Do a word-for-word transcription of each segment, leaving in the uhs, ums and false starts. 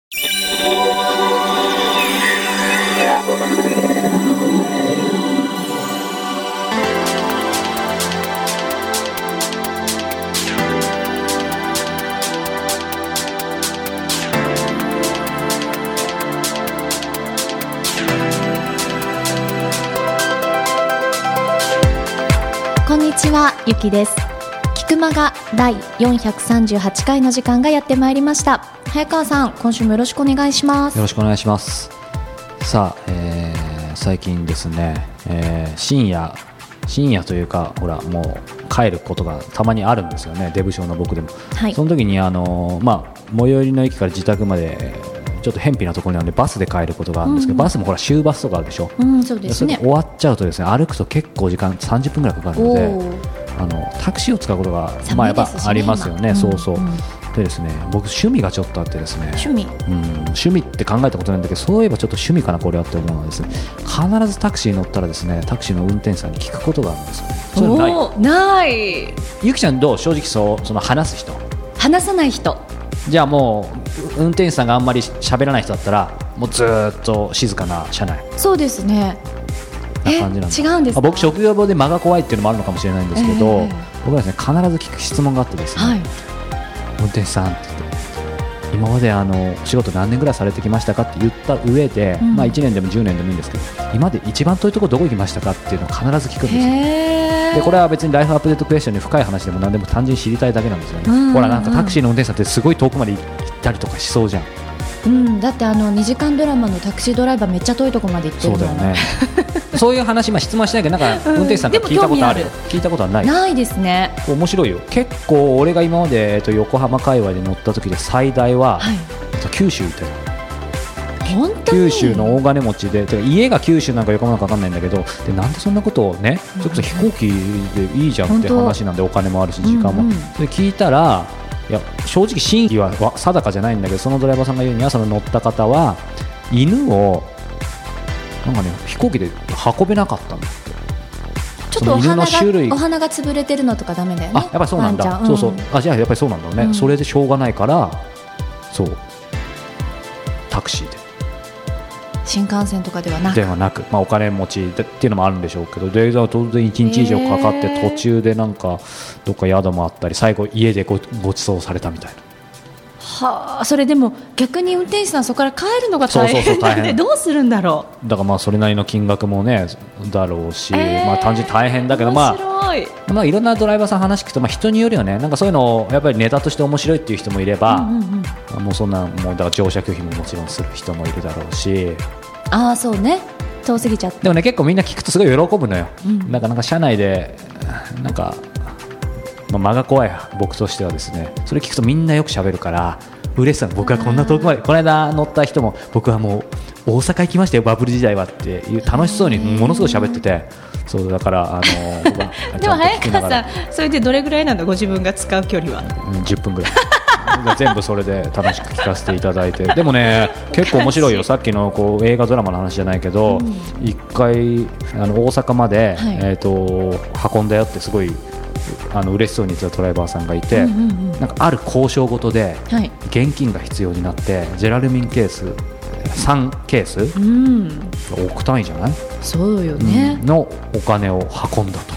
こんにちは、ゆきです。菊間がだいよんひゃくさんじゅうはちかいの時間がやってまいりました。早川さん、今週もよろしくお願いします。 よろしくお願いします。さあ、えー、最近ですね、えー、深夜深夜というか、ほらもう帰ることがたまにあるんですよね、デブ症の僕でも、はい、その時にあの、まあ、最寄りの駅から自宅までちょっと偏僻なところなのでバスで帰ることがあるんですけど、うん、バスもほら終バスとかあるでしょ、うん、そうですね、それ終わっちゃうとですね、歩くと結構時間さんじゅっぷんぐらいかかるので、あのタクシーを使うことが、まあ、やっぱありますよね、うん、そうそう、うん、でですね、僕趣味がちょっとあってですね、 趣味、 うん、趣味って考えたことないんだけど、そういえばちょっと趣味かなこれはって思うのはですね、必ずタクシーに乗ったらですね、タクシーの運転手さんに聞くことがあるんですよ。 それない？ない。 ゆきちゃんどう？正直そう、その話す人、 話さない人。 じゃあもう運転手さんがあんまり喋らない人だったら、もうずっと静かな車内。 そうですね。 な感じなんえ違うんですか？ 僕職業病で間が怖いっていうのもあるのかもしれないんですけど、えー、僕はですね、必ず聞く質問があってですね、はい、運転手さんって言って、今まであの仕事何年ぐらいされてきましたかって言った上で、うん、まあ、いちねんでもじゅうねんでもいいんですけど、今まで一番遠いところどこ行きましたかっていうのを必ず聞くんですよ。でこれは別にライフアップデートクエスチョンに深い話でも何でも単純に知りたいだけなんですよね、うんうんうん、ほらなんかタクシーの運転手さんってすごい遠くまで行ったりとかしそうじゃん、 うん、だってあのにじかんドラマのタクシードライバーめっちゃ遠いところまで行ってるの。 そうだよねそういう話、まあ、質問しないけど、なんか運転手さんから聞いたことある、うん、聞いたことはない？ないですね。面白いよ。結構俺が今まで、えっと、横浜界隈で乗った時で最大は、はい、えっと、九州行ったよ。 本当に九州の大金持ちで、てか家が九州なんか横浜なんか分かんないんだけど、でなんでそんなことをね、それこそ飛行機でいいじゃんって話なんで、お金もあるし時間も、うんうん、それ聞いたら、いや正直真偽は定かじゃないんだけど、そのドライバーさんが言うには、その乗った方は犬をなんかね、飛行機で運べなかったんだって。 ちょっとお花が、お花が潰れてるのとかダメだよね。 あ、やっぱりそうなんだ、うん、そうそう、あ、じゃあやっぱりそうなんだろうね、うん、それでしょうがないから、そうタクシーで、 新幹線とかではなく、 ではなく、まあ、お金持ちでっていうのもあるんでしょうけど、で当然いちにち以上かかって、途中でなんかどっか宿もあったり、最後家で ご, ご馳走されたみたいな。 はあ、それでも逆に運転手さんそこから帰るのが大変なんで、どうするんだろう。 だからまあそれなりの金額もねだろうし、えーまあ、単純に大変だけど、まあまあ、いろんなドライバーさん話聞くと、まあ、人によるよね。なんかそういうのをやっぱりネタとして面白いっていう人もいれば、うんうんうん、もうそんなもうだから乗車拒否ももちろんする人もいるだろうし。 ああそうね、遠すぎちゃって。 でもね、結構みんな聞くとすごい喜ぶのよ、うん、なんかなんか車内でなんか、まあ、間が怖い僕としてはですね、それ聞くとみんなよく喋るから嬉しさ。僕はこんな遠くまで、この間乗った人も、僕はもう大阪行きましたよバブル時代はっていう楽しそうにものすごい喋ってて、そうだからあのでも早川さん、それでどれぐらいなの、ご自分が使う距離は？ うん、じゅっぷんぐらい全部それで楽しく聞かせていただいて、でもね結構面白いよ。さっきのこう映画ドラマの話じゃないけど、一、うん、回あの大阪まで、はい、えーと運んだよってすごいあの嬉しそうに言ってたドライバーさんがいて、うんうんうん、なんかある交渉事で現金が必要になって、はい、ジェラルミンケースさんケース、うん、億単位じゃない？ そうよね、 うん、のお金を運んだと。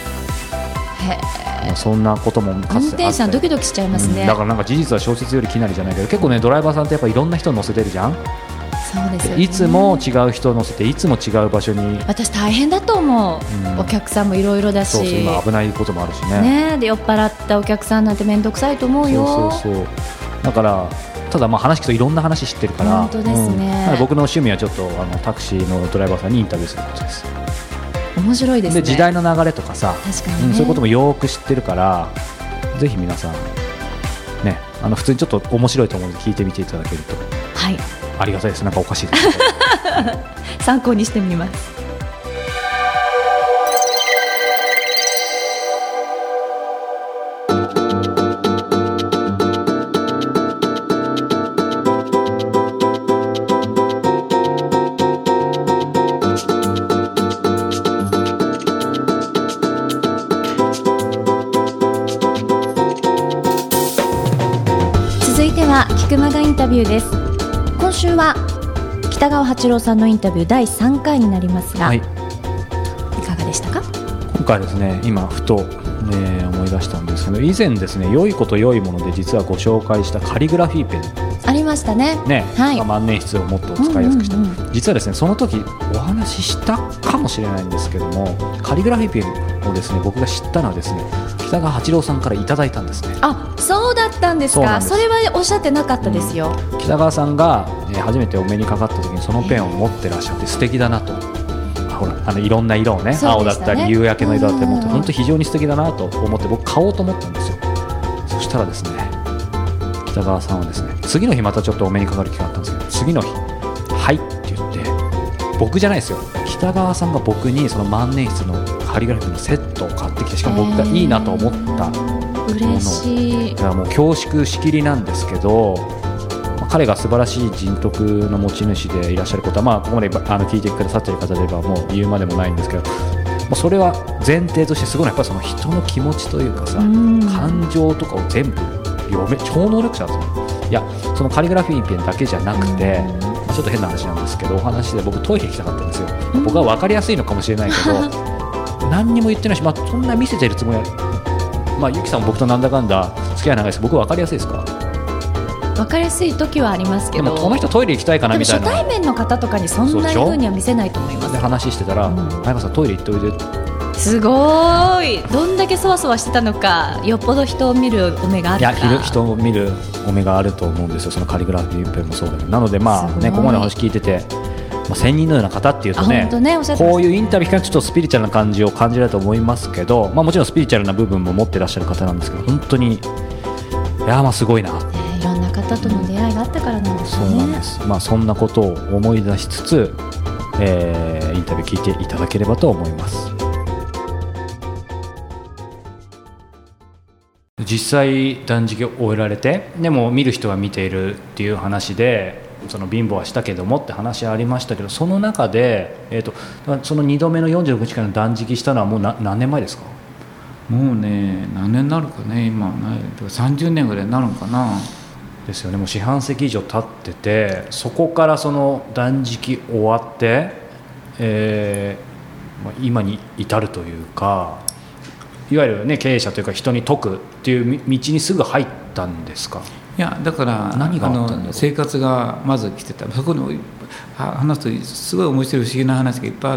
へ、 そんなこともかつてあって、 運転手さんドキドキしちゃいますね、 うん、だからなんか事実は小説よりきなりじゃないけど、結構ねドライバーさんってやっぱいろんな人乗せてるじゃん。 そうですよね、 いつも違う人を乗せていつも違う場所に。 私大変だと思う、うん、お客さんもいろいろだし、 そうそう、今危ないこともあるし ね, ねで酔っ払ったお客さんなんて面倒くさいと思うよ。 そうそうそう、だからただまあ話聞くといろんな話知ってるから、 本当ですね、 うん、僕の趣味はちょっとあのタクシーのドライバーさんにインタビューすることです。 面白いですね。 で時代の流れとかさ、 確かにね、 うん、そういうこともよく知ってるから、ぜひ皆さんね、あの普通にちょっと面白いと思うので聞いてみていただけると、 はい、 ありがたいです。なんかおかしいですけど参考にしてみます。続いては菊間がインタビューです。 今週は北川八郎さんのインタビューだいさんかいになりますが、はい、いかがでしたか？ 今回ですね、今ふと、ね、思い出したんですけど、以前ですね、良いこと良いもので実はご紹介したカリグラフィーペンありましたね。 ね、 はい、 万年筆をもっと使いやすくした、 うんうんうん、 実はですね、その時お話ししたかもしれないんですけども、カリグラフィーペンをですね、僕が知ったのはですね、北川八郎さんからいただいたんですね。 あ、そうだったんですか。 そ, それはおっしゃってなかったですよ、 うん、北川さんが、えー、初めてお目にかかった時にそのペンを持ってらっしゃって素敵だなと、ほらあのいろんな色を ね, ね青だったり夕焼けの色だったり持って本当非常に素敵だなと思って僕買おうと思ったんですよ。そしたらですね、北川さんはですね、次の日またちょっとお目にかかる機会があったんですけど、次の日はいって言って、僕じゃないですよ、北川さんが僕にその万年筆のカリグラフィーのセットを買ってきて、しかも僕がいいなと思ったもの、 嬉しい。 だからもう恐縮しきりなんですけど、彼が素晴らしい人徳の持ち主でいらっしゃることは、まあ、ここまであの聞いてくださっている方であればもう言うまでもないんですけど、もうそれは前提としてすごいやっぱりその人の気持ちというかさ、感情とかを全部読め、超能力者なんですよ。いや、そのカリグラフィーペンだけじゃなくて、まあ、ちょっと変な話なんですけど、お話で僕トイレ行きたかったんですよ。僕は分かりやすいのかもしれないけど何にも言ってないし、まあ、そんな見せてるつもりは、まあ、ゆきさんも僕となんだかんだ付き合い長いですけど、僕は分かりやすいですか？ 分かりやすい時はありますけど、 でもこの人トイレ行きたいかなみたいな。 でも初対面の方とかにそんな風には見せないと思います。 で話してたら、うん、早川さんトイレ行っておいで。 すごい、どんだけそわそわしてたのか、よっぽど人を見るお目があるか。 いや、人を見るお目があると思うんですよ、そのカリグラフィーペンもそうだけど。なのでまあね、ここまで話聞いてて、まあ、仙人のような方っていうと ね, ねこういうインタビューからちょっとスピリチュアルな感じを感じられると思いますけど、まあ、もちろんスピリチュアルな部分も持ってらっしゃる方なんですけど、本当にいやまあすごいな、 えー、いろんな方との出会いがあったからなんですね。 そうなんです、まあ、そんなことを思い出しつつ、えー、インタビュー聞いていただければと思います。実際断食を終えられて、でも見る人が見ているっていう話で、その貧乏はしたけどもって話ありましたけど、その中で、えー、とそのにどめのよんじゅうろくにちかんの断食したのはもうな何年前ですか？ もうね、何年になるかね、今さんじゅうねんぐらいになるのかな。 ですよね。もう四半世紀以上経ってて、そこからその断食終わって、えーまあ、今に至るというか、いわゆる、ね、経営者というか人に説くっていう道にすぐ入ったんですか？ いや、だから何があったんだろう。 あの生活がまず来てた。そこに話すとすごい面白い不思議な話がいっぱいあって、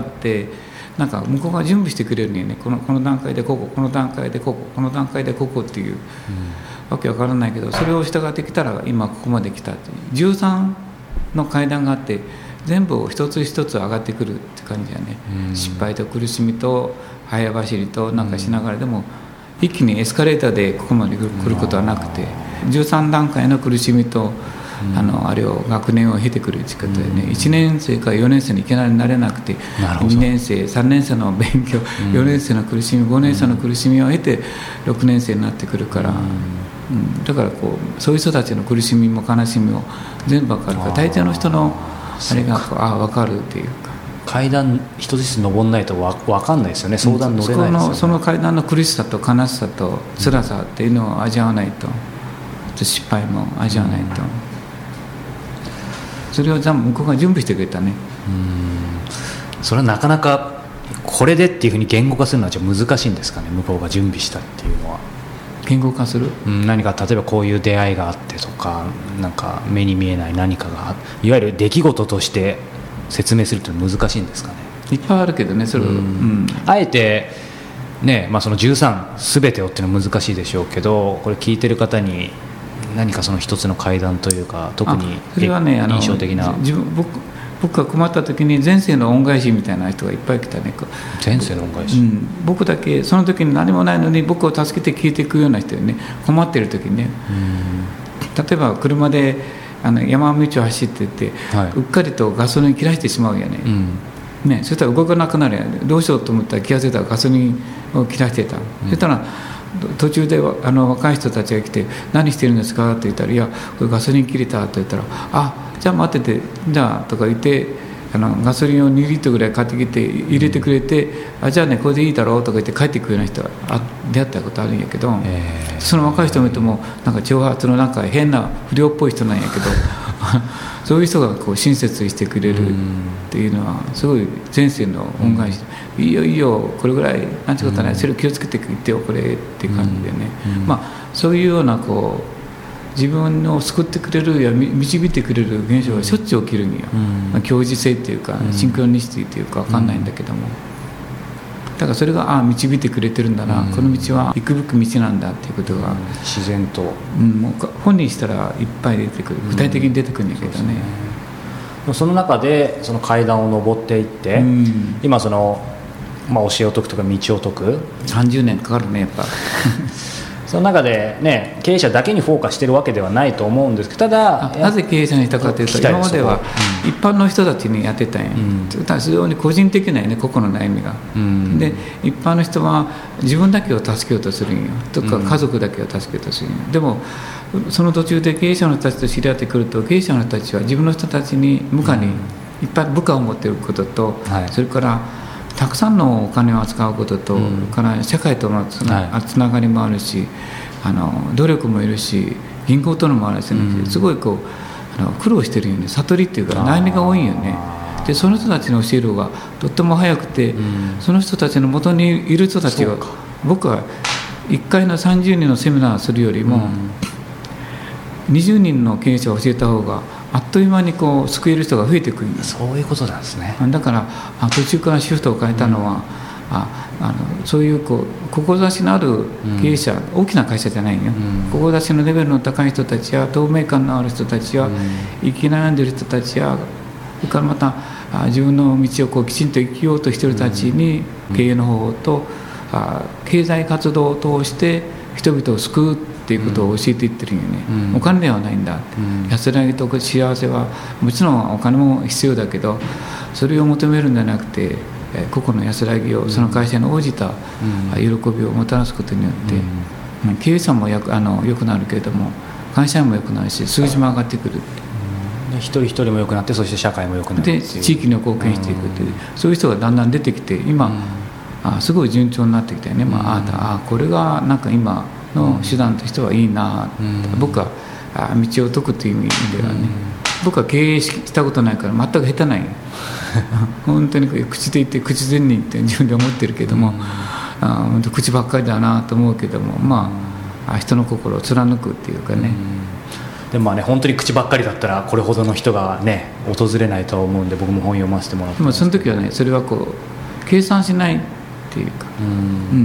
なんか向こうが準備してくれるのよね。この、この段階でここ、この段階でここ、この段階でここっていう、うん、わけわからないけど、それを従ってきたら今ここまで来たっていうじゅうさんの階段があって、全部一つ一つ上がってくるって感じだね、うん、失敗と苦しみと早走りとなんかしながらでも、一気にエスカレーターでここまで来ることはなくて、じゅうさんだんかいの苦しみと、うん、あのあれを学年を経てくる力でね、うん、いちねん生からよねん生にいきなりなれなくて、にねん生さんねん生の勉強、うん、よねん生の苦しみごねん生の苦しみを経てろくねん生になってくるから、うんうん、だからこうそういう人たちの苦しみも悲しみも全部分かるから、大抵の人のあれがあ分かるっていうか、 階段一つずつ登んないと分かんないですよね。相談乗れないですよね、 うん、そ, その階段の苦しさと悲しさと辛さっていうのを味わわないと、失敗も味わわないと、うん、それを全部向こうが準備してくれたね。 うん、それはなかなかこれでっていうふうに言語化するのはじゃ難しいんですかね。向こうが準備したっていうのは言語化する、 うん、何か例えばこういう出会いがあってとか、なんか目に見えない何かがいわゆる出来事として説明すると難しいんですかね。 いっぱいあるけどね、それを、うんうん、 あえてね、まあ、そのじゅうさん全てをっていうのは難しいでしょうけど、これ聞いてる方に何かその一つの階段というか特にそれは、ね、 印象的な、 自分 僕, 僕が困った時に前世の恩返しみたいな人がいっぱい来たね。 前世の恩返し、 うん、僕だけその時に何もないのに僕を助けて聞いていくような人ね、困ってる時にね、うん、例えば車であの山道を走っていて、はい、うっかりとガソリン切らしてしまうよね、うん、ね、そしたら動かなくなるやね。どうしようと思ったら気がついたらガソリンを切らしてた、うん、そしたら途中であの若い人たちが来て何してるんですかって言ったら、いやこれガソリン切れたって言ったら、あじゃあ待っててじゃあとか言って、あのガソリンをにリットルぐらい買ってきて入れてくれて、うん、あじゃあねこれでいいだろうとか言って帰ってくるような人が出会ったことあるんやけど、えー、その若い人を見てもなんか挑発のなんか変な不良っぽい人なんやけどそういう人がこう親切してくれるっていうのはすごい前世の恩返し、うん、いいよいいよこれぐらいなんてことはない、うん、それを気をつけて言ってよこれっていう感じでね、うんうん、まあそういうようなこう自分を救ってくれるや導いてくれる現象がしょっちゅう起きるんよ、うんまあ、教授性っていうか、うん、シンクロニシティっていうか分かんないんだけども、だからそれがああ導いてくれてるんだな、うん、この道は行くべき道なんだっていうことが、うん、 自然と、 うん、もう本にしたらいっぱい出てくる、具体的に出てくるんだけどね、 うん、その中でその階段を上っていって、うん、今その、まあ、教えを説くとか道を説くさんじゅうねんかかるねやっぱその中で、ね、経営者だけにフォーカスしてるわけではないと思うんですけど、ただなぜ経営者にしたかというと今までは一般の人たちにやってたんや、うん、非常に個人的な、ね、個々の悩みが、うん、で一般の人は自分だけを助けようとするんよとか家族だけを助けようとするんよ、うん、でもその途中で経営者の人たちと知り合ってくると経営者の人たちは自分の人たちに部下にいっぱい部下を持っていることと、はい、それからたくさんのお金を扱うことと、うん、から社会とのつ な,、はい、つながりもあるしあの努力もいるし銀行とのもあるし、ねうん、すごいこうあの苦労してるよね悟りっていうか悩みが多いよね。でその人たちの教える方がとっても早くて、うん、その人たちの元にいる人たちが僕はいっかいのさんじゅうにんのセミナーをするよりも、うん、にじゅうにんの経営者を教えた方があっという間にこう救える人が増えてくるんです。 そういうことなんですね。 だからあ途中からシフトを変えたのは、うん、ああのそういうこう志のある経営者、うん、大きな会社じゃないよ、うん、志のレベルの高い人たちや透明感のある人たちや、うん、生き悩んでいる人たちやそれからまたあ自分の道をこうきちんと生きようとしている人たちに、うん、経営の方法とあ経済活動を通して人々を救うっていうことを教えていってるんよね、うん、お金ではないんだ、うん、安らぎと幸せはもちろんお金も必要だけどそれを求めるんじゃなくて個々の安らぎをその会社に応じた喜びをもたらすことによって、うん、経営者もよくあの良くなるけれども会社も良くなるし数字も上がってくるって、 うん、一人一人も良くなってそして社会も良くなるで地域に貢献していくっていう、うん、そういう人がだんだん出てきて今、うん、あすごい順調になってきたよね、まあ、うん、ああこれがなんか今の手段としてはいいな、うん、僕はあ道を解くという意味ではね、うん、僕は経営したことないから全く下手ないよ本当に口で言って口善人って自分で思ってるけども、うん、あ本当口ばっかりだなと思うけども、まあ人の心を貫くっていうかね、 うん、でもまあね本当に口ばっかりだったらこれほどの人がね訪れないと思うんで僕も本読ませてもらってその時はねそれはこう計算しないっていうか、うんうん、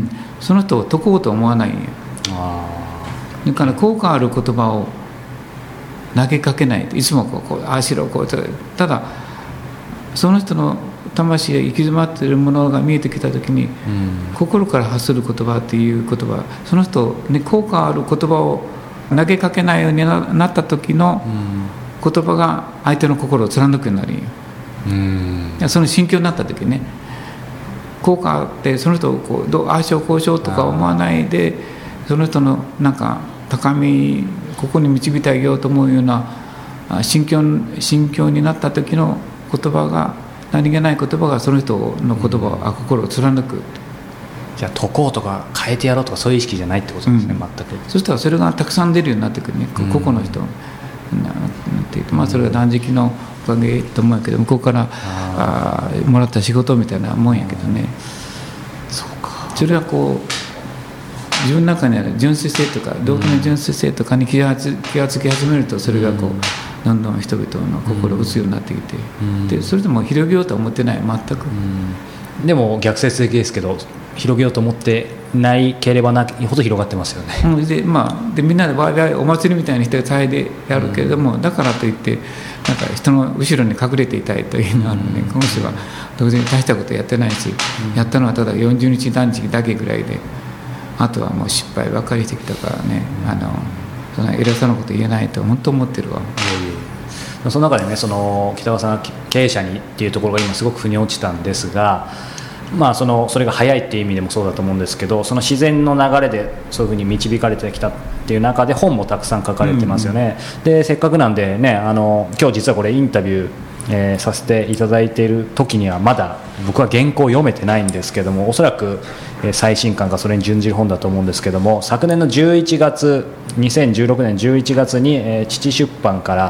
その人を解こうと思わないんよ。あだから効果ある言葉を投げかけないいつもこうこうああしろこうただその人の魂が行き詰まっているものが見えてきたときに、うん、心から発する言葉っていう言葉その人に効果ある言葉を投げかけないようになった時の言葉が相手の心を貫くようになるんよ、うん、その心境になった時ね効果あってその人をこうどうああしようこうしようとか思わないでその人のなんか高みここに導いてあげようと思うような心境、心境になった時の言葉が何気ない言葉がその人の言葉を、うん、あ心を貫くじゃあ解こうとか変えてやろうとかそういう意識じゃないってことですね、うん、全くそしたらそれがたくさん出るようになってくるね、うん、個々の人なっていて、まあ、それが断食のおかげと思うけど向こうからああもらった仕事みたいなもんやけどね、 うん、そうかそれはこう自分の中にある純粋性とか動機の純粋性とかに気がつ気がつき始めるとそれがこう、うんどんどん人々の心を打つようになってきて、うん、でそれでも広げようとは思ってない全く、 うん、でも逆説的ですけど広げようと思ってないければないほど広がってますよね、 うん、で、まあ、でみんなでワイワイお祭りみたいにして騒いでやるけれども、うん、だからといってなんか人の後ろに隠れていたいというのはあるので、うん、この人は当然大したことやってないし、うん、やったのはただよんじゅうにち断食だけぐらいであとはもう失敗ばっかりしてきたからね、うん、あのそんな偉そうなこと言えないと本当思ってるわ。 その中でねその北川さんが経営者にっていうところが今すごく腑に落ちたんですが、まあ、そのそれが早いっていう意味でもそうだと思うんですけどその自然の流れでそういうふうに導かれてきたっていう中で本もたくさん書かれてますよね、うんうん、でせっかくなんでねあの今日実はこれインタビュー、えー、させていただいている時にはまだ僕は原稿を読めてないんですけどもおそらく最新刊がそれに準じる本だと思うんですけども昨年のじゅういちがつにせんじゅうろくねんじゅういちがつに、えー、父出版から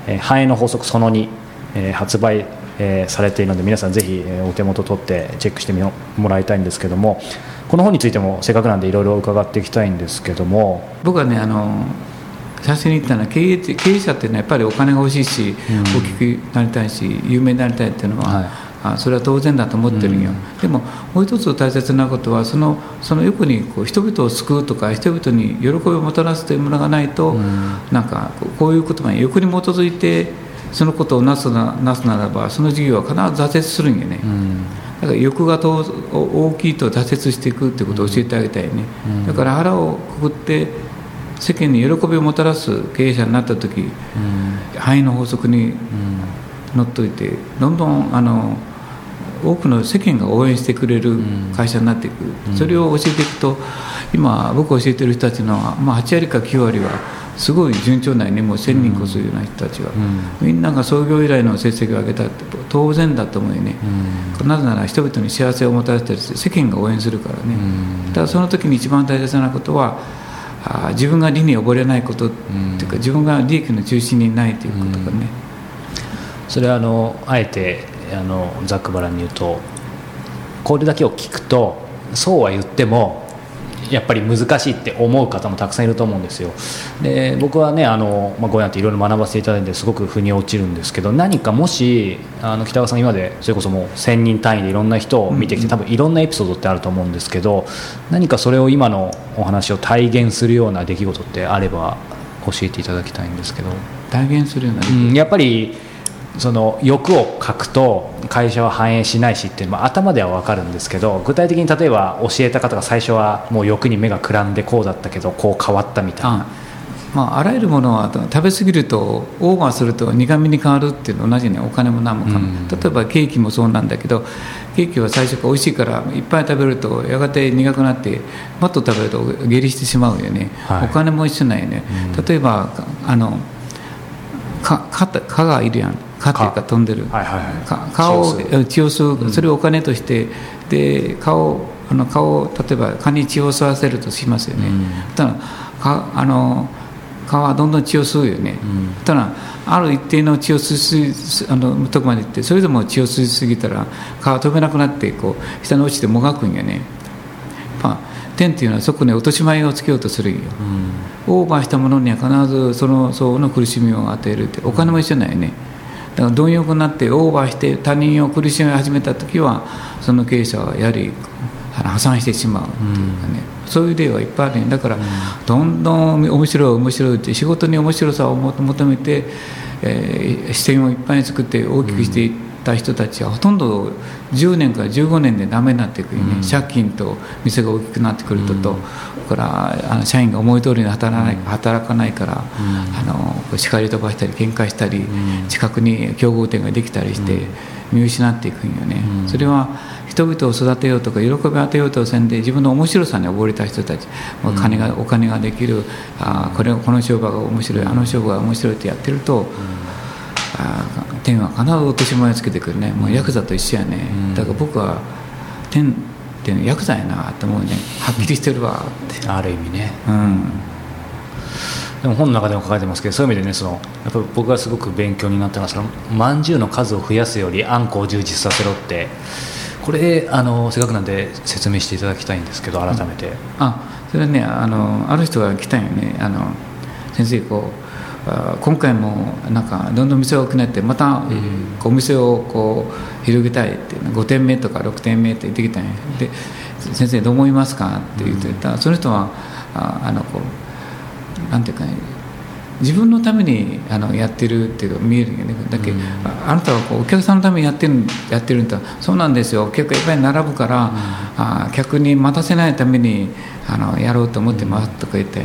えー、繁栄の法則そのに、えー、発売、えー、されているので皆さんぜひ、えー、お手元取ってチェックしてみもらいたいんですけども、この本についてもせっかくなんでいろいろ伺っていきたいんですけども、 僕はねあの最初に言ったのは経営、経営者っていうのはやっぱりお金が欲しいし、うん、大きくなりたいし有名になりたいっていうのは、はい、あそれは当然だと思ってるんよ、うん、でももう一つ大切なことはその、その欲にこう人々を救うとか人々に喜びをもたらすというものがないと、うん、なんかこういうことが欲に基づいてそのことをなす な, なすならばその事業は必ず挫折するんよね、うん、だから欲が大きいと挫折していくということを教えてあげたいね、うん、だから腹をくくって世間に喜びをもたらす経営者になった時、うん、範囲の法則にのっといてどんどんあの多くの世間が応援してくれる会社になっていく、うん、それを教えていくと今僕が教えている人たちの、まあ、はち割かきゅう割はすごい順調内にもうせんにん超すような人たちは、うん、みんなが創業以来の成績を上げたって当然だと思うよね、うん、なぜなら人々に幸せをもたらしたりして世間が応援するからね、うん、だからその時に一番大切なことはあ自分が利に溺れないことっていうか、うん、自分が利益の中心にないということがね、うん、 それはあのあえてあのざっくばらんに言うとこれだけを聞くとそうは言ってもやっぱり難しいって思う方もたくさんいると思うんですよ。で僕はねあの、まあ、ご縁あっていろいろ学ばせていただいてすごく腑に落ちるんですけど、何かもしあの北川さん今までそれこそもうせんにん単位でいろんな人を見てきて、多分いろんなエピソードってあると思うんですけど、何かそれを今のお話を体現するような出来事ってあれば教えていただきたいんですけど。 体現するような出来事、 うん、やっぱりその欲を書くと会社は繁栄しないしっていうのは頭では分かるんですけど、具体的に例えば教えた方が最初はもう欲に目がくらんでこうだったけどこう変わったみたいな、あ、 まあ、あらゆるものは食べ過ぎるとオーバーすると苦味に変わるっていうのと同じね。お金も何もかも、うん、例えばケーキもそうなんだけど、ケーキは最初から美味しいからいっぱい食べるとやがて苦くなってもっと食べると下痢してしまうよね、はい、お金も一緒なんよね、うん、例えばあの蚊がいるやん、蚊っていうか飛んでる、はいはいはい、蚊を血を吸う、それをお金として、で蚊をあの蚊を例えば蚊に血を吸わせるとしますよね、うん、ただ蚊あの蚊はどんどん血を吸うよね、うん、ただある一定の血を吸いあのとこまで行って、それでも血を吸いすぎたら蚊は飛べなくなってこう下に落ちてもがくんよね。まあ天っていうのはそこに落とし前をつけようとするんよ、うん、オーバーしたものには必ずその相応の苦しみを与えるって。お金も一緒ないよね。だから貪欲になってオーバーして他人を苦しみ始めた時はその経営者はやはり破産してしまうっていうかね、うん、そういう例はいっぱいあるんだから、うん、どんどん面白い面白いって仕事に面白さを求めて、えー、視点をいっぱい作って大きくしていった人たちはほとんどじゅうねんからじゅうごねんでダメになっていくよね、うん、借金と店が大きくなってくるとと、うん、からあの社員が思い通りに働かない、うん、働かないから、うん、あの叱り飛ばしたり喧嘩したり、うん、近くに競合店ができたりして、うん、見失っていくんよね、うん、それは人々を育てようとか喜びを与えようとせんで自分の面白さに溺れた人たち、うん、金がお金ができる、あこれこの商売が面白い、あの商売が面白いってやってると、うん、あ天は必ず落とし前をつけてくるね。もうヤクザと一緒やね、うん、だから僕は天っていうのヤクザやなって思うね。はっきりしてるわって、 ある意味ね、 うん、 でも本の中でも書かれてますけど、そういう意味でね、そのやっぱり僕がすごく勉強になってますが、まんじゅうの数を増やすよりあんこを充実させろって、これあのせっかくなんで説明していただきたいんですけど、改めて、うん、 あそれはね、あのある人が来たんよね。あの先生こう今回もなんかどんどん店が大きくなってまたお店をこう広げたいってごてんめとかろくてんめって言ってきたんや。で先生どう思いますかって言ってたら、その人はああのこうなんていうかね、自分のためにあのやってるっていうのが見えるんよね。だけど、うん、あなたはこうお客さんのためにやってるやってるんだ。そうなんですよ、お客がいっぱい並ぶから、うん、あ客に待たせないためにあのやろうと思ってますとか言って、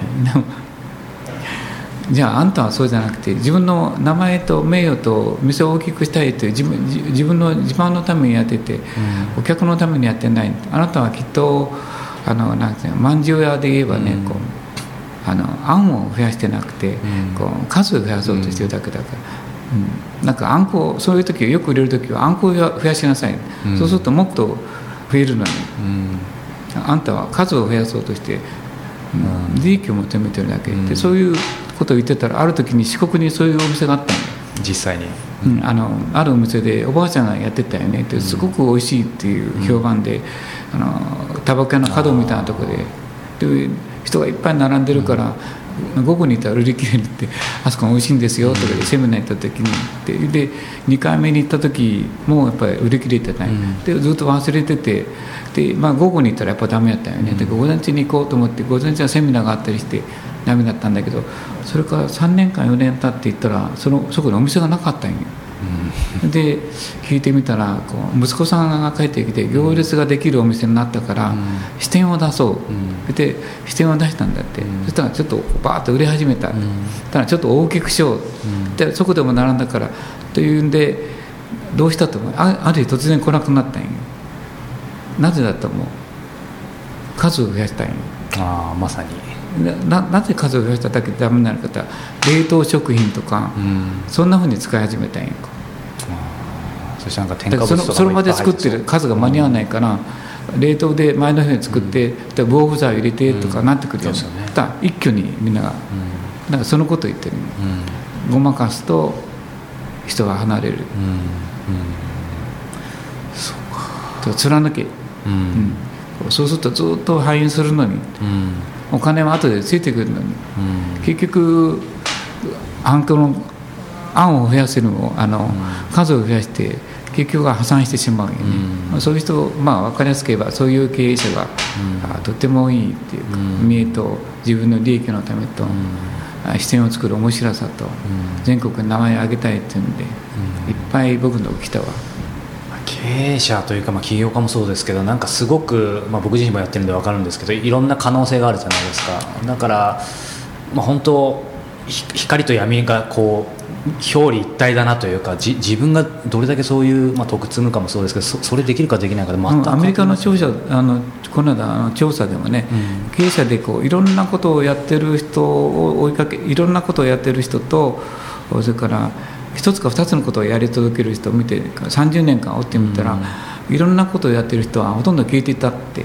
じゃああんたはそうじゃなくて自分の名前と名誉と店を大きくしたいという自分、自分の自慢のためにやってて、うん、お客のためにやってない。あなたはきっとあのなんていうの、まんじゅう屋で言えばね、うん、こうあのあんを増やしてなくて、うん、こう数を増やそうとしてるだけだから、うんうん、なんかあんこ、そういう時よく売れる時はあんこを増やしなさい、うん、そうするともっと増えるのに、うん、あんたは数を増やそうとして、うん、利益を求めてるだけで、うん、そういうことを言ってたら、ある時に四国にそういうお店があった実際に、 うん、あのあるお店でおばあちゃんがやってたよねってすごく美味しいっていう評判で、うん、あのタバコ屋の角みたいなところでで人がいっぱい並んでるから、うん、午後に行ったら売り切れるってあそこが美味しいんですよとかでセミナー行った時にででにかいめに行った時もやっぱり売り切れてない、うん、でずっと忘れててで、まあ、午後に行ったらやっぱダメだったよね、うん、で午前中に行こうと思って午前中はセミナーがあったりしてダメだったんだけどそれからさんねんかんよねん経って行ったら そ, のそこにお店がなかったんよ、うん、で聞いてみたらこう息子さんが帰ってきて行列ができるお店になったから、うん、支店を出そう、うん、で支店を出したんだって、うん、そしたらちょっとバーッと売れ始めた、うん、ただちょっと大きくしよう、うん、でそこでも並んだからというんでどうしたと思う あ, ある日突然来なくなったんよ。なぜだと思う？数を増やしたんよ。 ああまさにな, なぜ数を増やしただけでダメになるかって冷凍食品とか、うん、そんなふうに使い始めたんよ。 そしてなんか添加物とかもいっぱい入ってそう。 その場で作ってる数が間に合わないから、うん、冷凍で前の日に作って、うん、防腐剤を入れてとかなってくるよ、うん、ね、だ一挙にみんなが、うん、だからそのことを言ってる、うん、ごまかすと人が離れる、うんうん、そうか貫け、うんうん、そうするとずっと廃院するのに、うん、お金は後でついてくるのに、うん、結局あんこの案を増やせるのあの、うん、数を増やして結局は破産してしまうよね、うん、そういう人、まあ、分かりやすく言えばそういう経営者が、うん、とてもいいっていうか、うん、見栄と自分の利益のためと、うん、視点を作る面白さと、うん、全国に名前を挙げたいっていうんで、うん、いっぱい僕の来たわ。 経営者というか、まあ、起業家もそうですけどなんかすごく、まあ、僕自身もやってるんで分かるんですけどいろんな可能性があるじゃないですか。だから、まあ、本当光と闇がこう表裏一体だなというかじ自分がどれだけそういう、まあ、徳積むかもそうですけど そ, それできるかできないかで全く、 アメリカの調査あのこの間あの調査でもね、うん、経営者でこういろんなことをやってる人を追いかけいろんなことをやってる人とそれから一つか二つのことをやり続ける人を見てさんじゅうねんかん追ってみたら、うん、いろんなことをやってる人はほとんど消えていたって、うん、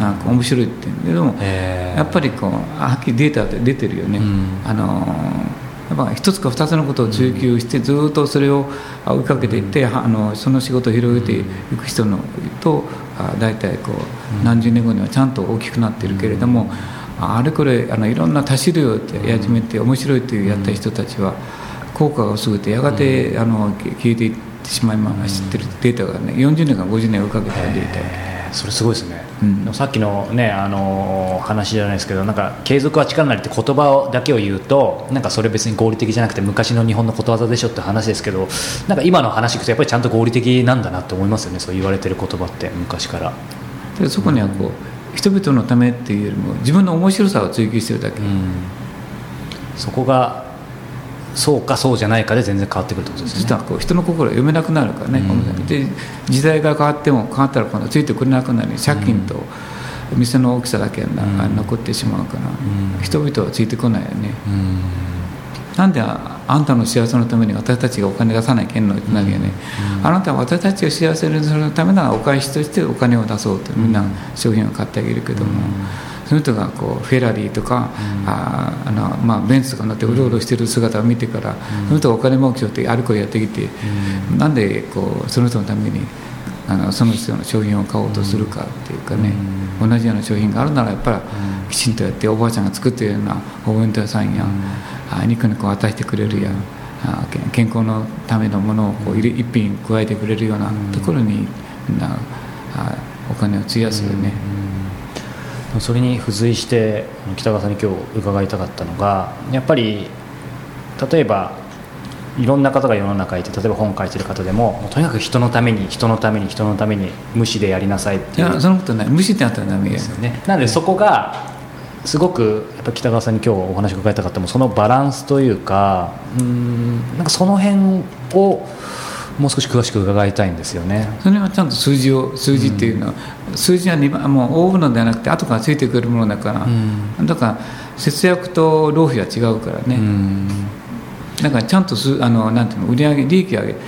なんか面白いって言うんででもやっぱりこうはっきりデータで出てるよね、うん、あのやっぱ一つか二つのことを追求してずっとそれを追いかけていって、うん、あのその仕事を広げていく人のと大体こう何十年後にはちゃんと大きくなっているけれども、うん、あれこれあのいろんな多種類をやり始めて面白いというやった人たちは効果が薄くてやがて、うん、あの消えていってしまいます知ってるデータがねよんじゅうねんかごじゅうねん追いかけたデータそれすごいですね、うん、さっきの、ね、あの話じゃないですけどなんか継続は力なりって言葉だけを言うとなんかそれ別に合理的じゃなくて昔の日本のことわざでしょって話ですけどなんか今の話聞くとやっぱりちゃんと合理的なんだなって思いますよねそう言われてる言葉って昔からでそこにはこう、うん、人々のためっていうよりも自分の面白さを追求してるだけ、うん、 そこがそうかそうじゃないかで全然変わってくるってことですね。 実はこう人の心が読めなくなるからね、うん、で時代が変わっても変わったら今度ついてくれなくなる借金と店の大きさだけが残ってしまうから、うん、人々はついてこないよね、うん、なんで あ, あんたの幸せのために私たちがお金出さないけんのってなるよね、うん、あなたは私たちを幸せにするためならお返しとしてお金を出そうとみんな商品を買ってあげるけども、うんその人がこうフェラリーとか、うん、ああのまあ、ベンツとか乗ってうろうろしてる姿を見てから、うん、その人がお金儲けをってあるこやってきて、うん、なんでこうその人のためにあのその人の商品を買おうとするかっていうかね、うん、同じような商品があるならやっぱりきちんとやっておばあちゃんが作っているようなお弁当屋さんや、うん、肉にこう渡してくれるや、うん、あ健康のためのものをこう入れ一品加えてくれるようなところにみんなあお金を費やすよね、うんそれに付随して北川さんに今日伺いたかったのがやっぱり例えばいろんな方が世の中にいて例えば本を書いてる方でも、もうとにかく人のために人のために人のために無視でやりなさいっていう。 いやそのことない無視ってあったらダメですよね。 なのでそこがすごくやっぱ北川さんに今日お話を伺いたかったのもそのバランスというかうーんなんかその辺をもう少し詳しく伺いたいんですよね。 それはちゃんと数字を数字っていうのは、うん、数字はもう大物ではなくて後からついてくるものだから、うん、だから節約と浪費は違うからね、うん、だからちゃんとすあのなんていうの売上利益を上げ、うん、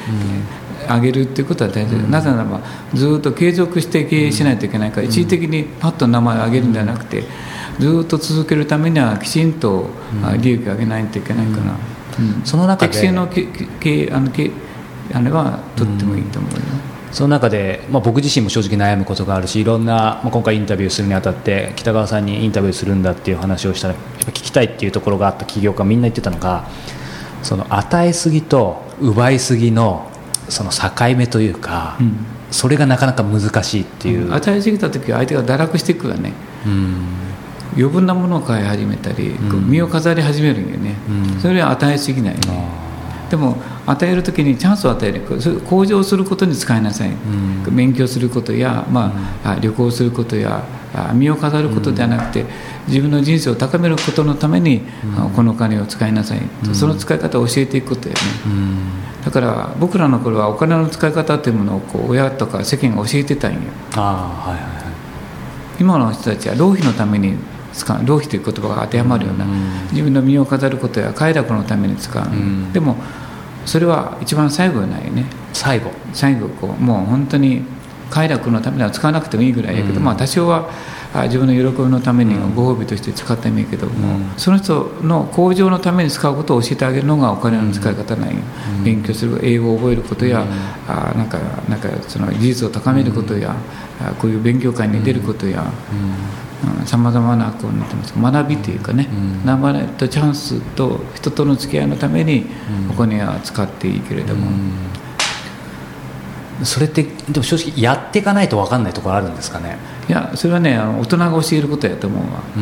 上げるっていうことは大事で、うん、なぜならばずっと継続して経営しないといけないから、うん、一時的にパッと名前を上げるんじゃなくてずっと続けるためにはきちんと利益を上げないといけないから、うんうん、 その中で適正のけけあのけあれはとってもいいと思うよ、 うん、その中で、まあ、僕自身も正直悩むことがあるしいろんな、まあ、今回インタビューするにあたって北川さんにインタビューするんだっていう話をしたらやっぱ聞きたいっていうところがあった企業家みんな言ってたのがその与えすぎと奪いすぎのその境目というか、うん、それがなかなか難しいっていう、 うん、与えすぎた時は相手が堕落していくわね、うん、余分なものを買い始めたり、うん、身を飾り始めるんよね、うん、それは与えすぎないね、でも与える時にチャンスを与える向上することに使いなさい、うん、勉強することや、まあうん、旅行することや身を飾ることではなくて、うん、自分の人生を高めることのために、うん、このお金を使いなさい、うん、その使い方を教えていくことやね、うん、だから僕らの頃はお金の使い方というものをこう親とか世間が教えてたんよ。あ、はいはいはい、今の人たちは浪費のために使う浪費という言葉が当てはまるような、うん、自分の身を飾ることや快楽のために使う、うん、でもそれは一番最後ないよね。 最後最後こうもう本当に快楽のためには使わなくてもいいぐらいやけど、うん、まあ多少は自分の喜びのためにご褒美として使ってもいいけども、うん、その人の向上のために使うことを教えてあげるのがお金の使い方なんよ、うん、勉強する英語を覚えることや、うん、あなんかなんかその技術を高めることや、うん、こういう勉強会に出ることや、さまざまなこうなんて言いますか学びというかね、名前とチャンスと人との付き合いのためにお金は使っていいけれども、 うん、それってでも正直やっていかないと分かんないところあるんですかね。 いやそれはねあの大人が教えることやと思うわ、うん、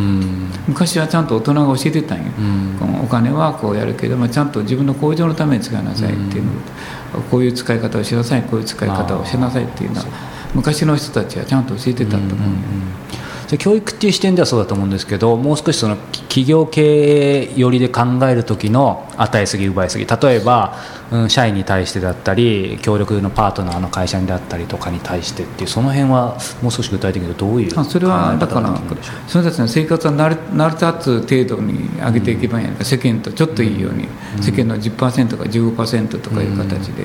昔はちゃんと大人が教えてたんよ、うん、このお金はこうやるけどもちゃんと自分の向上のために使いなさいっていうの、うん、こういう使い方をしなさいこういう使い方をしなさいっていうのは昔の人たちはちゃんと教えてたと思う、うんうんうん、 教育っていう視点ではそうだと思うんですけどもう少しその企業経営寄りで考える時の与えすぎ奪いすぎ例えば、うん、社員に対してだったり協力のパートナーの会社にだったりとかに対してっていうその辺はもう少し具体的にどういう考え方それはだからその人たちの生活は成り立つ程度に上げていけばいいやんか、うん、世間とちょっといいように、うん、世間の じゅっパーセント か じゅうごパーセント とかいう形で、うん、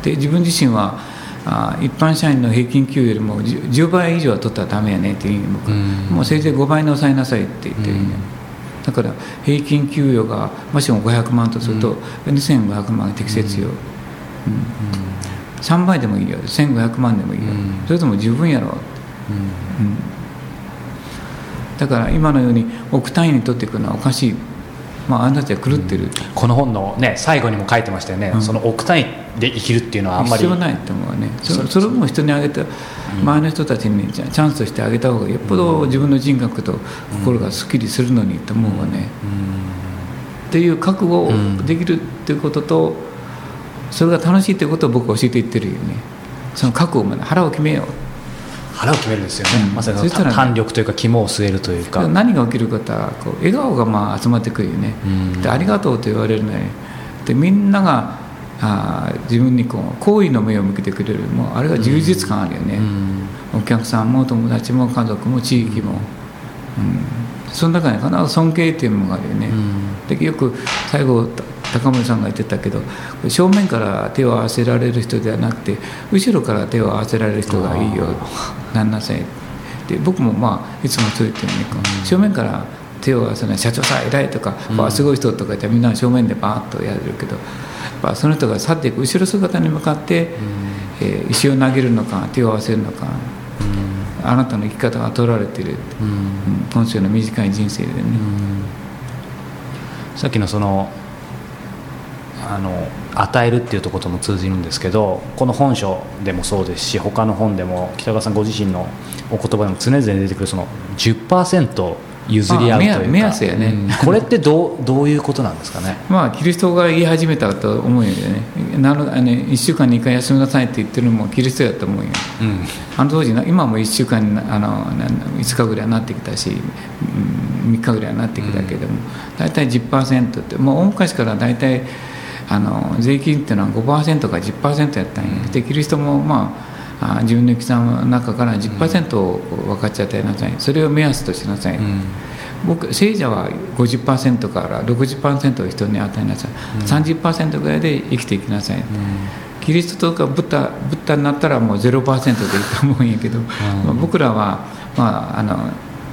で自分自身はあ一般社員の平均給与よりも 10, じゅうばい以上は取ったらダメやねっていう意味も、うん、もうせいぜいごばいに抑えなさいって言ってる、うん、だから平均給与がもしもごひゃくまんとすると、うん、にせんごひゃくまんが適切よ、うんうん、さんばいでもいいよせんごひゃくまんでもいいよ、うん、それとも十分やろ、うんうん、だから今のように億単位に取っていくのはおかしい。まあ、あなたたちは狂ってる、うん、 この本の、ね、最後にも書いてましたよね、うん、その億単位で生きるっていうのはあんまり必要ないと思うわね。 そ, それも人にあげた、うん、周りの人たちにチャンスとしてあげた方がよっぽど自分の人格と心がすっきりするのにと思うわね、うんうん、っていう覚悟をできるっていうこととそれが楽しいっていうことを僕は教えていってるよね。その覚悟まで腹を決めよう腹を決めるんですよね、うん、まさにその胆力というか肝を据えるというか何が起きるかとこう笑顔がまあ集まってくるよね、うん、でありがとうと言われるねでみんながあ自分にこう好意の目を向けてくれるもうあれが充実感あるよね、うん、お客さんも友達も家族も地域も、うん、その中に必ず尊敬っていうものがあるよね、うん、でよく最後高森さんが言ってたけど正面から手を合わせられる人ではなくて後ろから手を合わせられる人がいいよなんなさいで僕もまあいつもそう言ってるね、うん、正面から手を合わせない社長さん偉いとか、うん、すごい人とか言ったらみんな正面でバーッとやれるけどその人が去っていく後ろ姿に向かって、うんえー、石を投げるのか手を合わせるのか、うん、あなたの生き方が取られている、うん、今週の短い人生でね、 うん、さっきのそのあの与えるっていうところとも通じるんですけどこの本書でもそうですし他の本でも北川さんご自身のお言葉でも常々出てくるその じゅっパーセント 譲り合うというか目安やね、うん、 これってどう、どういうことなんですかね。 まあキリストが言い始めたと思うよね。なるあのいっしゅうかんにいっかい休みなさいって言ってるのもキリストやと思うよ、うん、あの当時今もいっしゅうかんにあのいつかぐらいになってきたしみっかぐらいになってきたけども、うん、大体 じゅっパーセント ってもう大昔から大体あの税金っていうのは ごパーセント か じゅっパーセント やったんや、うん、でキリストもまあ自分の生き様の中から じゅっパーセント を分かっちゃってなさい、それを目安としなさい、うん、僕聖者は ごじゅっパーセント から ろくじゅっパーセント を人に与えなさい、うん、さんじゅっパーセント ぐらいで生きていきなさい、うん、キリストとかブッダ、ブッダになったらもう ゼロパーセント でいいと思うんやけど、うんまあ、僕らは、まあ、あの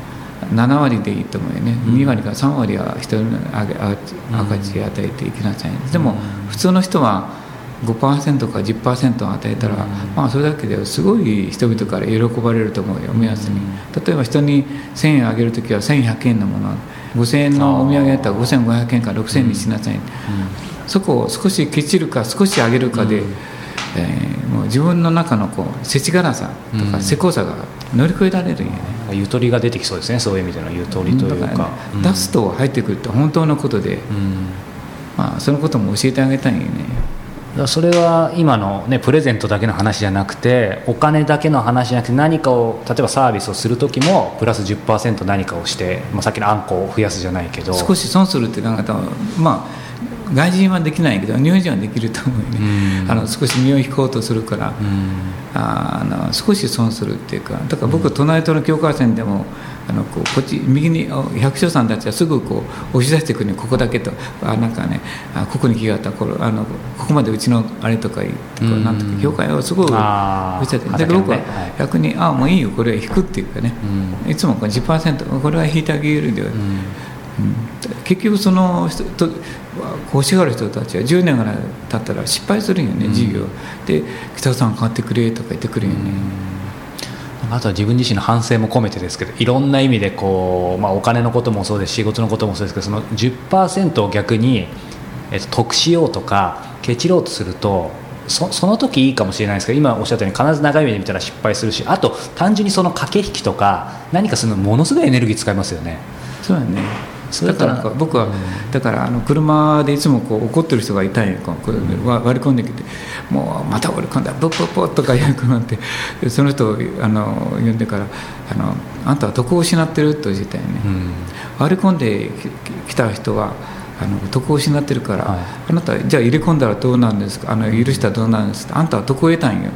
ななわりでいいと思うよね、うん、にわりかさんわりは人に赤字与えていきなさい、うん、でも普通の人はごパーセント か じゅっパーセント 与えたら、うん、まあそれだけですごい人々から喜ばれると思うよ、目安に。例えば人にせんえんあげるときはせんひゃくえんのもの、ごせんえんのお土産やったらごせんごひゃくえんからろくせんえんにしなさい、うんうん、そこを少しケチるか少しあげるかで、うんえー、もう自分の中のこう世知辛さとかせこさが乗り越えられるんやね、 うん、ゆとりが出てきそうですね、そういう意味でのゆとりというか、か、 ねうん、出すと入ってくるって本当のことで、うんまあ、そのことも教えてあげたいよね。 それは今の、ね、プレゼントだけの話じゃなくてお金だけの話じゃなくて何かを例えばサービスをする時もプラス じゅっパーセント 何かをして、まあ、さっきのあんこを増やすじゃないけど少し損するって考えたらまあ外人はできないけど日本人はできると思うよね、うん、あの少し身を引こうとするから、うん、あの少し損するっていうかだから僕隣との境界線でもあのこうこっち右に百姓さんたちはすぐこう押し出してくるねここだけとあなんかねあここに気があったこれあのここまでうちのあれとか言ってこうなんとか境界をすごい押し出してだから僕は逆にあもういいよこれは引くっていうかね、うん、いつもこう じゅっパーセント これは引いてあげるでは、うんうん、結局その人と欲しがる人たちはじゅうねんぐらい経ったら失敗するんよね、うん、事業で北尾さん買ってくれとか言ってくるんよね、 うん、あとは自分自身の反省も込めてですけどいろんな意味でこう、まあ、お金のこともそうです仕事のこともそうですけどその じゅっパーセント を逆に、えっと、得しようとかケチろうとすると そ, その時いいかもしれないですけど今おっしゃったように必ず長い目で見たら失敗するしあと単純にその駆け引きとか何かするのものすごいエネルギー使いますよね。 そうだねだから僕は、うん、だからあの車でいつもこう怒ってる人がいたんよこう割り込んできてもうまた割り込んだブッブッブッとか言うなってその人をあの呼んでからあのあんたは徳を失ってると言ったよね、うん、割り込んできた人はあの徳を失ってるから、はい、あなたじゃあ入れ込んだらどうなんですかあの許したらどうなんですかあんたは徳を得たんよ、うん、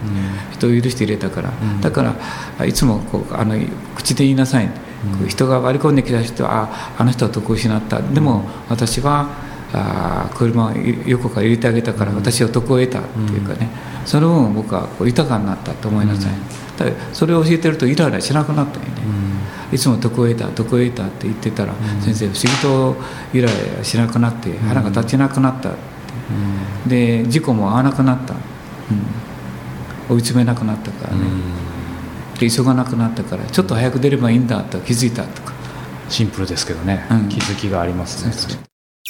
人を許して入れたから、うん、だからいつもこうあの口で言いなさいうん、人が割り込んできた人は あ, あの人は得を失ったでも私はあ車を横から入れてあげたから私は得を得たっていうかね、うん、その分僕はこう豊かになったと思いなさい、うん、だからそれを教えてるとイライラしなくなったよね、うん、いつも得を得た得を得たって言ってたら、うん、先生不思議とイライラしなくなって腹が立ちなくなったって、うん、で事故も合わなくなった、うん、追い詰めなくなったからね、うん急がなくなったからちょっと早く出ればいいんだと気づいたとかシンプルですけどね、うん、気づきがありますね。そうそう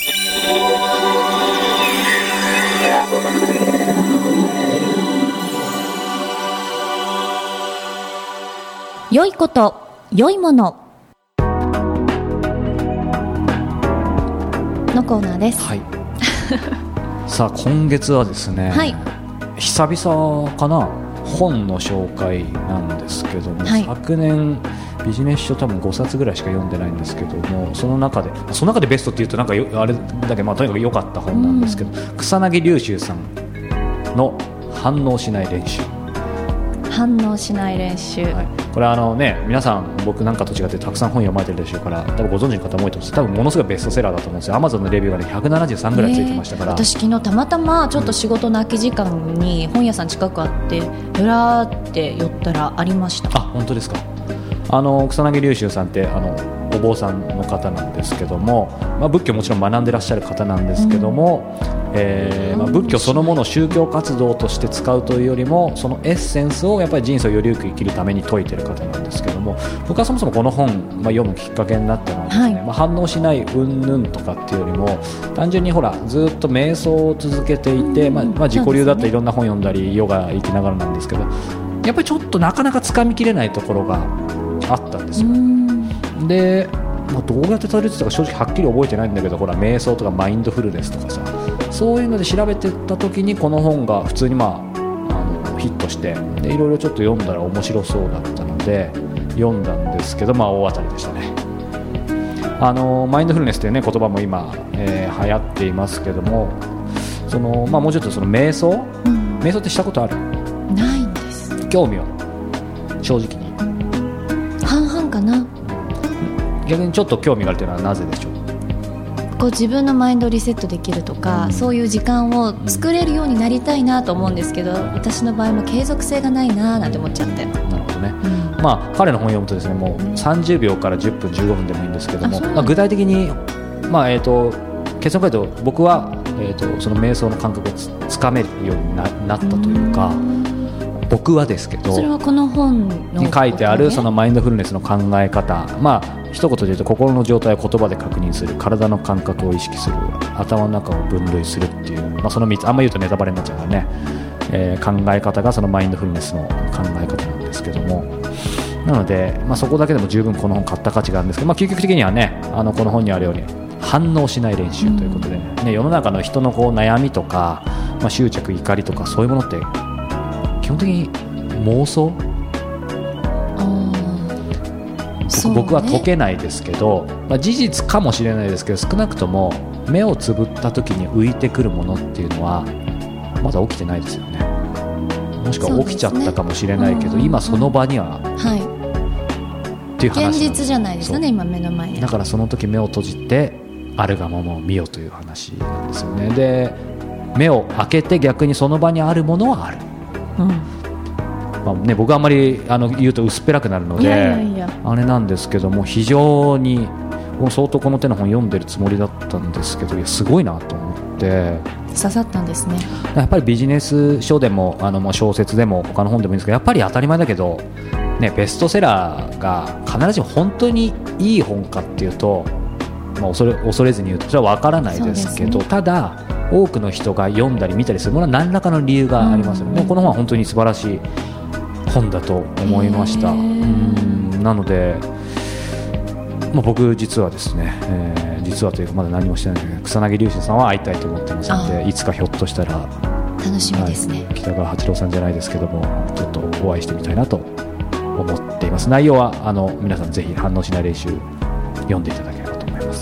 良いこと良いもののコーナーです、はい、 さあ今月はですね、はい、久々かな本の紹介なんですけども、はい、昨年ビジネス書多分ごさつぐらいしか読んでないんですけどもその中でその中でベストっていうとなんかあれだけど、まあ、とにかく良かった本なんですけど、うん、草薙龍秀さんの反応しない練習反応しない練習、はい、 これはあの、ね、皆さん僕なんかと違ってたくさん本読まれてるでしょうから多分ご存知の方も多いと思うんです多分ものすごいベストセラーだと思うんですよ Amazon のレビューが、ね、ひゃくななじゅうさんぐらいついてましたから、えー、 私昨日たまたまちょっと仕事の空き時間に本屋さん近くあってぶらーって寄ったらありました。 あ本当ですか。あの草薙龍秀さんってあのお坊さんの方なんですけども、まあ、仏教もちろん学んでらっしゃる方なんですけども、うんえーまあ、仏教そのものを宗教活動として使うというよりもそのエッセンスをやっぱり人生をよりよく生きるために説いている方なんですけども僕はそもそもこの本、まあ、読むきっかけになったのはですね、はいまあ、反応しない云々とかっていうよりも単純にほらずっと瞑想を続けていて、まあまあ、自己流だったらいろんな本読んだりヨガ行きながらなんですけどやっぱりちょっとなかなかつかみきれないところがあったんですよ。でまあ、どうやってたどり着いたか正直はっきり覚えてないんだけどほら瞑想とかマインドフルネスとかさそういうので調べてった時にこの本が普通に、まあ、あのヒットしてでいろいろちょっと読んだら面白そうだったので読んだんですけど、まあ、大当たりでしたね。あのマインドフルネスという、ね、言葉も今、えー、流行っていますけどもその、まあ、もうちょっとその瞑想、うん、瞑想ってしたことある？ ないんです。 興味は正直に半々かな。 逆にちょっと興味があるというのはなぜでしょう？ こう自分のマインドをリセットできるとか、うん、そういう時間を作れるようになりたいなと思うんですけど、私の場合も継続性がないななんて思っちゃって。 なるほどね、うん、まあ、彼の本を読むとですね、もうさんじゅうびょうからじゅっぷんじゅうごふんでもいいんですけども、まあ、具体的に、まあえー、と結論から言うと僕は、えー、とその瞑想の感覚を つ, つかめるように な, なったというか、僕はですけど、 それはこの本のに書いてあるそのマインドフルネスの考え方、まあ一言で言うと心の状態を言葉で確認する、体の感覚を意識する、頭の中を分類するっていう、まあ、そのみっつ、あんまり言うとネタバレになっちゃうからね、えー、考え方がそのマインドフルネスの考え方なんですけども、なので、まあ、そこだけでも十分この本買った価値があるんですけど、まあ、究極的にはね、あのこの本にあるように反応しない練習ということで、ね、世の中の人のこう悩みとか、まあ、執着、怒りとかそういうものって基本的に妄想、ね、僕は解けないですけど、まあ、事実かもしれないですけど、少なくとも目をつぶった時に浮いてくるものっていうのはまだ起きてないですよね。もしくは起きちゃったかもしれないけど、ね、今その場には、はい、っていう話なんです。 現実じゃないですかね、今目の前に。 だからその時目を閉じてあるがままを見よという話なんですよね。で、目を開けて逆にその場にあるものはある、うん、まあね、僕はあんまりあの言うと薄っぺらくなるので、いやいやいや、あれなんですけども、非常に相当この手の本読んでるつもりだったんですけど、いやすごいなと思って刺さったんですね。 やっぱりビジネス書でもあのもう小説でも他の本でもいいんですけど、やっぱり当たり前だけど、ね、ベストセラーが必ずしも本当にいい本かっていうと、まあ、恐れ、恐れずに言うとそれは分からないですけど、ね、ただ多くの人が読んだり見たりするものは何らかの理由がありますよね。この本は本当に素晴らしい本だと思いました。うん、なので、まあ、僕実はですね、えー、実はというかまだ何もしてないんですけど、草薙龍心さんは会いたいと思ってますので、いつかひょっとしたら楽しみですね、 はい、北川八郎さんじゃないですけども、ちょっとお会いしてみたいなと思っています。内容はあの皆さんぜひ反応しない練習読んでいただければと思います。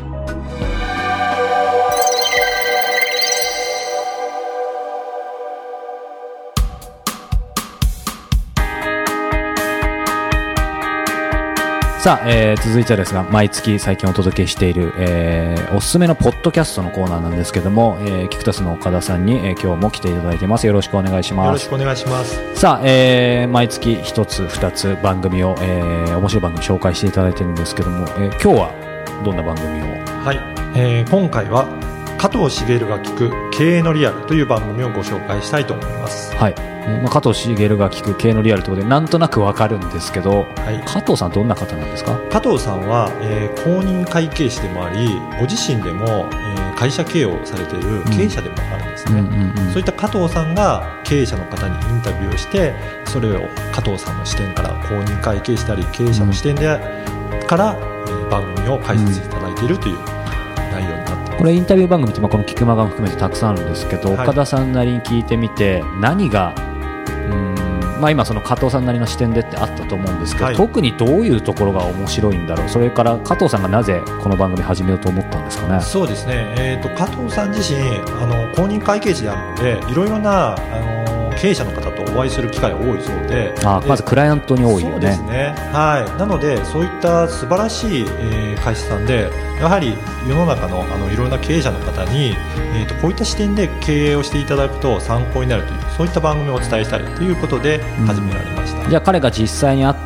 さあ、えー、続いてはですが、毎月最近お届けしている、えー、おすすめのポッドキャストのコーナーなんですけども、えー、キクタスの岡田さんに、えー、今日も来ていただいています。よろしくお願いします。 よろしくお願いします。 さあ、えー、毎月一つ二つ番組を、えー、面白い番組紹介していただいているんですけども、えー、今日はどんな番組を？ はい、えー、今回は加藤茂が聞く経営のリアルという番組をご紹介したいと思います。 はい、まあ、加藤茂が聞く経営のリアルということでなんとなくわかるんですけど、はい、加藤さんどんな方なんですか？ 加藤さんは、えー、公認会計士でもあり、ご自身でも、えー、会社経営をされている経営者でもあるんですね、うんうんうんうん、そういった加藤さんが経営者の方にインタビューをして、それを加藤さんの視点から公認会計士であり経営者の視点で、うん、から、えー、番組を解説いただいているという内容になっています。 これインタビュー番組って、まあ、このキクマガも含めてたくさんあるんですけど、はい、岡田さんなりに聞いてみて何がうーん、まあ、今その加藤さんなりの視点でってあったと思うんですけど、はい、特にどういうところが面白いんだろう、それから加藤さんがなぜこの番組始めようと思ったんですかね？ そうですね、えー、と加藤さん自身あの公認会計士であるので、いろいろなあの経営者の方とお会いする機会が多いそうで、 あまずクライアントに多いよね。 そうですね、はい、なのでそういった素晴らしい、えー、会社さんで、やはり世の中の、あのいろいろな経営者の方に、えー、とこういった視点で経営をしていただくと参考になるという、そういった番組をお伝えしたいということで始められました、 うん、じゃあ彼が実際に会って、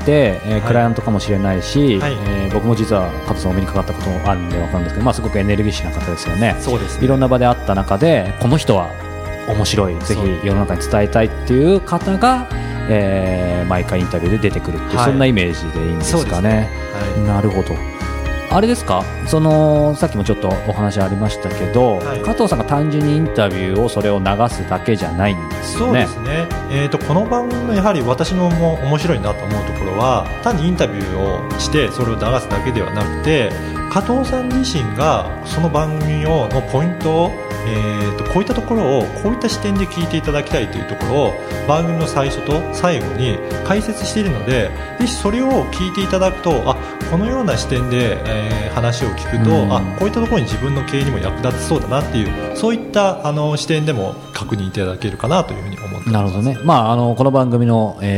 えー、クライアントかもしれないし、はい、えー、僕も実は加藤さんお目にかかったこともあるんで分かるんですけど、まあ、すごくエネルギッシュな方ですよね。 そうですね、 いろんな場で会った中でこの人は面白い、ぜひ世の中に伝えたいっていう方が、えー、毎回インタビューで出てくるっていう、はい、そんなイメージでいいんですかね。はい、なるほど。あれですか、そのさっきもちょっとお話ありましたけど、はい、加藤さんが単純にインタビューをそれを流すだけじゃないんですよね。 そうですね、えーと、この番組のやはり私のも面白いなと思うところは、単にインタビューをしてそれを流すだけではなくて、加藤さん自身がその番組をのポイントを、えーと、こういったところをこういった視点で聞いていただきたいというところを番組の最初と最後に解説しているので、ぜひそれを聞いていただくと、あこのような視点で、えー、話を聞くと、うん、あこういったところに自分の経営にも役立ちそうだなっていう、そういったあの視点でも確認いただけるかなというふうに思っています。 なるほどね、まあ、あのこの番組の、えー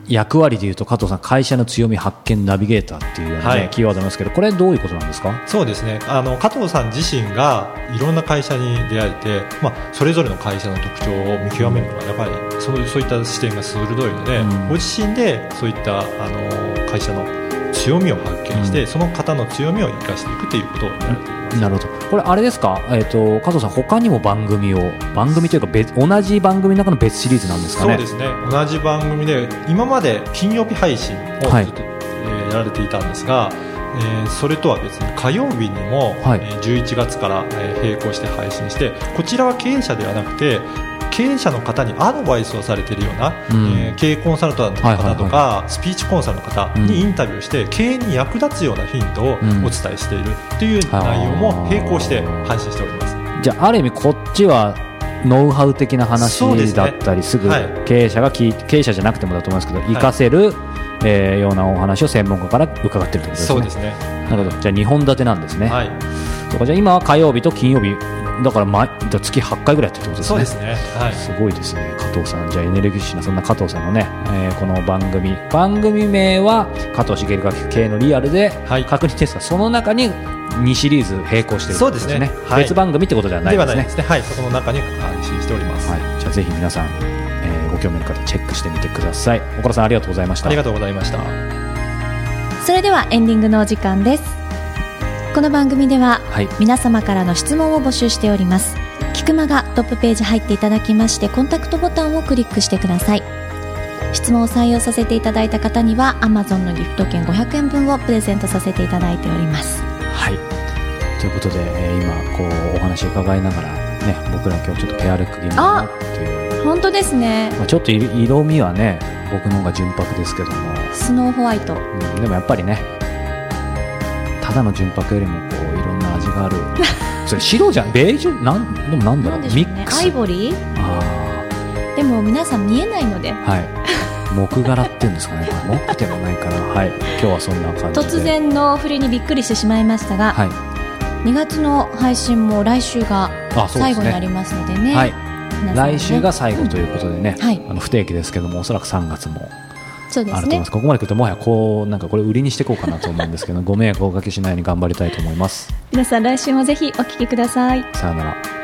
役割でいうと加藤さん、会社の強み発見ナビゲーターっていうような、ねはい、キーワードなんですけど、これどういうことなんですか？ そうですね、あの加藤さん自身がいろんな会社に出会えて、まあ、それぞれの会社の特徴を見極めるのはやっぱりそうそういった視点が鋭いので、うん、ご自身でそういったあの会社の強みを発見して、うん、その方の強みを生かしていくということをやられています。 なるほど。これあれですか、えーと、加藤さん他にも番組を番組というか別同じ番組の中の別シリーズなんですかね？ そうですね、同じ番組で今まで金曜日配信をずっと、はいえー、やられていたんですが、えー、それとは別に火曜日にも、はいえー、じゅういちがつから、えー、並行して配信して、こちらは経営者ではなくて経営者の方にアドバイスをされているような、うんえー、経営コンサルタントの方とか、はいはいはい、スピーチコンサルの方にインタビューして、うん、経営に役立つようなヒントをお伝えしているという内容も並行して配信しております。 じゃあある意味こっちはノウハウ的な話だったり す,、ね、すぐ経営者が聞い経営者じゃなくてもだと思いますけど、活かせる、はいえー、ようなお話を専門家から伺っているということですね。 そうですね。 なるほど。じゃあにほん立てなんですね。はい。そうか、じゃあ今は火曜日と金曜日だから毎月はちかいぐらいやってるってことですね。 そうですね。はい。 すごいですね、加藤さん。じゃあエネルギッシュなそんな加藤さんのね、えー、この番組番組名は加藤茂が経営のリアルで、はい、確認ですがその中ににシリーズ並行しているということですね。そうですね。はい、別番組ってことではないですね。 ではないですね。はい。そこの中に配信しております。 はい。じゃあぜひ皆さん、えー、ご興味の方チェックしてみてください。岡田さんありがとうございました。 ありがとうございました。 それではエンディングのお時間です。この番組では、はい、皆様からの質問を募集しております。キクマがトップページ入っていただきましてコンタクトボタンをクリックしてください。質問を採用させていただいた方には Amazon のギフト券ごひゃくえんぶんをプレゼントさせていただいております。 はい、ということで、えー、今こうお話を伺いながら、ね、僕ら今日ちょっとペアルック気味だなっていう。 本当ですね、 まあ、ちょっと色味はね僕の方が純白ですけどもスノーホワイト、 うん、でもやっぱりねただの純白よりもこういろんな味があるそれ白じゃんベージュなんでもなんだろう、 なんでしょうね、ミックスアイボリー。あでも皆さん見えないので、 はい木柄っていうんですかね木でもないから、はい、今日はそんな感じで突然の振りにびっくりしてしまいましたが、はい、にがつの配信も来週が最後になりますのでね、はい、ね来週が最後ということでね、うんはい、あの不定期ですけどもおそらくさんがつもそうですね、 あると思います。ここまで来るともはやこうなんかこれ売りにしていこうかなと思うんですけどご迷惑をおかけしないように頑張りたいと思います。 皆さん来週もぜひお聞きください。 さよなら。